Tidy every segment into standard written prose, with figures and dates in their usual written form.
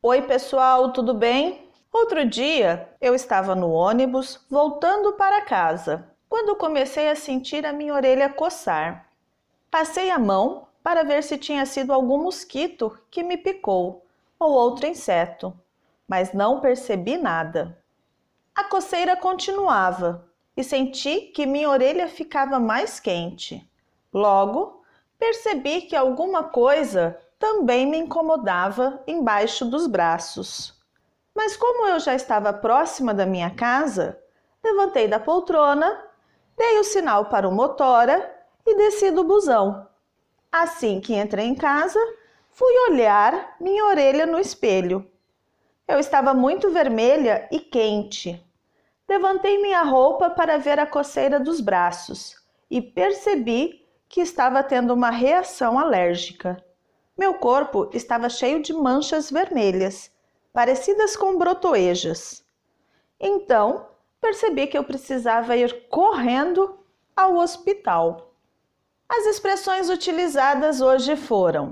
Oi pessoal, tudo bem? Outro dia eu estava no ônibus voltando para casa, quando comecei a sentir a minha orelha coçar. Passei a mão para ver se tinha sido algum mosquito que me picou ou outro inseto, mas não percebi nada. A coceira continuava e senti que minha orelha ficava mais quente. Logo, percebi que alguma coisa também me incomodava embaixo dos braços. Mas como eu já estava próxima da minha casa, levantei da poltrona, dei o sinal para o motora e desci do busão. Assim que entrei em casa, fui olhar minha orelha no espelho. Eu estava muito vermelha e quente. Levantei minha roupa para ver a coceira dos braços e percebi que estava tendo uma reação alérgica. Meu corpo estava cheio de manchas vermelhas, parecidas com brotoejas. Então, percebi que eu precisava ir correndo ao hospital. As expressões utilizadas hoje foram: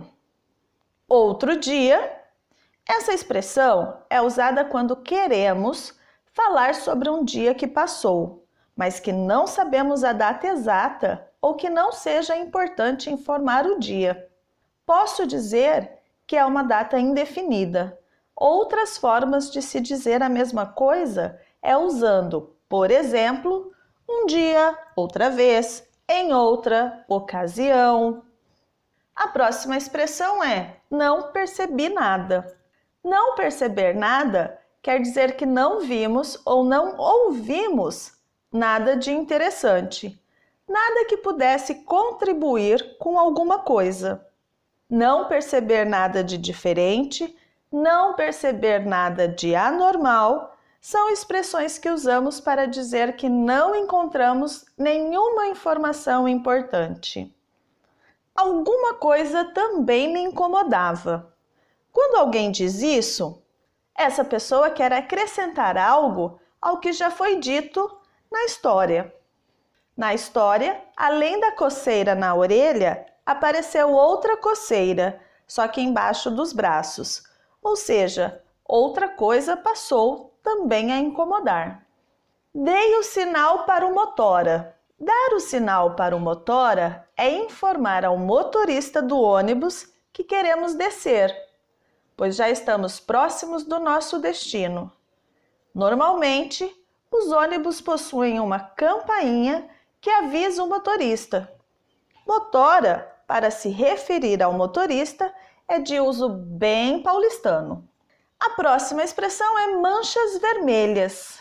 outro dia. Essa expressão é usada quando queremos falar sobre um dia que passou, mas que não sabemos a data exata ou que não seja importante informar o dia. Posso dizer que é uma data indefinida. Outras formas de se dizer a mesma coisa é usando, por exemplo, um dia, outra vez, em outra ocasião. A próxima expressão é não percebi nada. Não perceber nada quer dizer que não vimos ou não ouvimos nada de interessante, nada que pudesse contribuir com alguma coisa. Não perceber nada de diferente, não perceber nada de anormal, são expressões que usamos para dizer que não encontramos nenhuma informação importante. Alguma coisa também me incomodava. Quando alguém diz isso, essa pessoa quer acrescentar algo ao que já foi dito na história. Na história, além da coceira na orelha, apareceu outra coceira, só que embaixo dos braços. Ou seja, outra coisa passou também a incomodar. Dei o sinal para o motora. Dar o sinal para o motora é informar ao motorista do ônibus que queremos descer, pois já estamos próximos do nosso destino. Normalmente, os ônibus possuem uma campainha que avisa o motorista. Motora, para se referir ao motorista, é de uso bem paulistano. A próxima expressão é manchas vermelhas.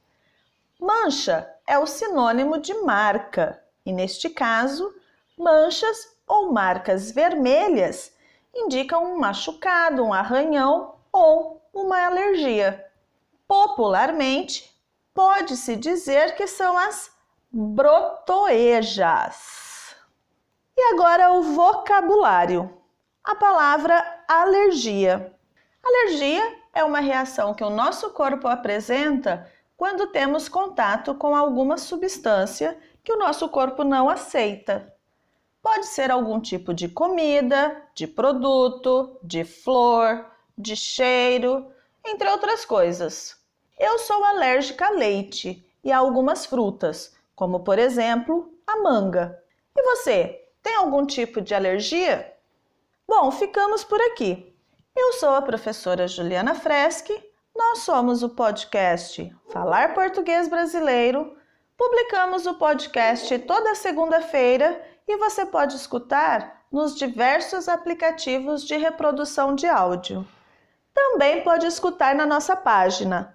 Mancha é o sinônimo de marca, e neste caso, manchas ou marcas vermelhas indicam um machucado, um arranhão ou uma alergia. Popularmente, pode-se dizer que são as brotoejas. E agora o vocabulário. A palavra alergia. Alergia é uma reação que o nosso corpo apresenta quando temos contato com alguma substância que o nosso corpo não aceita. Pode ser algum tipo de comida, de produto, de flor, de cheiro, entre outras coisas. Eu sou alérgica a leite e a algumas frutas, como por exemplo a manga. E você, tem algum tipo de alergia? Bom, ficamos por aqui. Eu sou a professora Juliana Freschi, nós somos o podcast Falar Português Brasileiro, publicamos o podcast toda segunda-feira e você pode escutar nos diversos aplicativos de reprodução de áudio. Também pode escutar na nossa página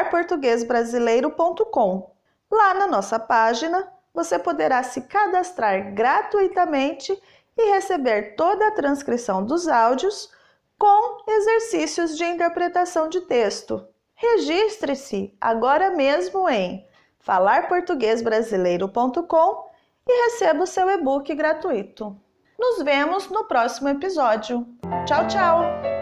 falarportuguesbrasileiro.com. Lá na nossa página, você poderá se cadastrar gratuitamente e receber toda a transcrição dos áudios com exercícios de interpretação de texto. Registre-se agora mesmo em falarportuguesbrasileiro.com e receba o seu e-book gratuito. Nos vemos no próximo episódio. Tchau, tchau!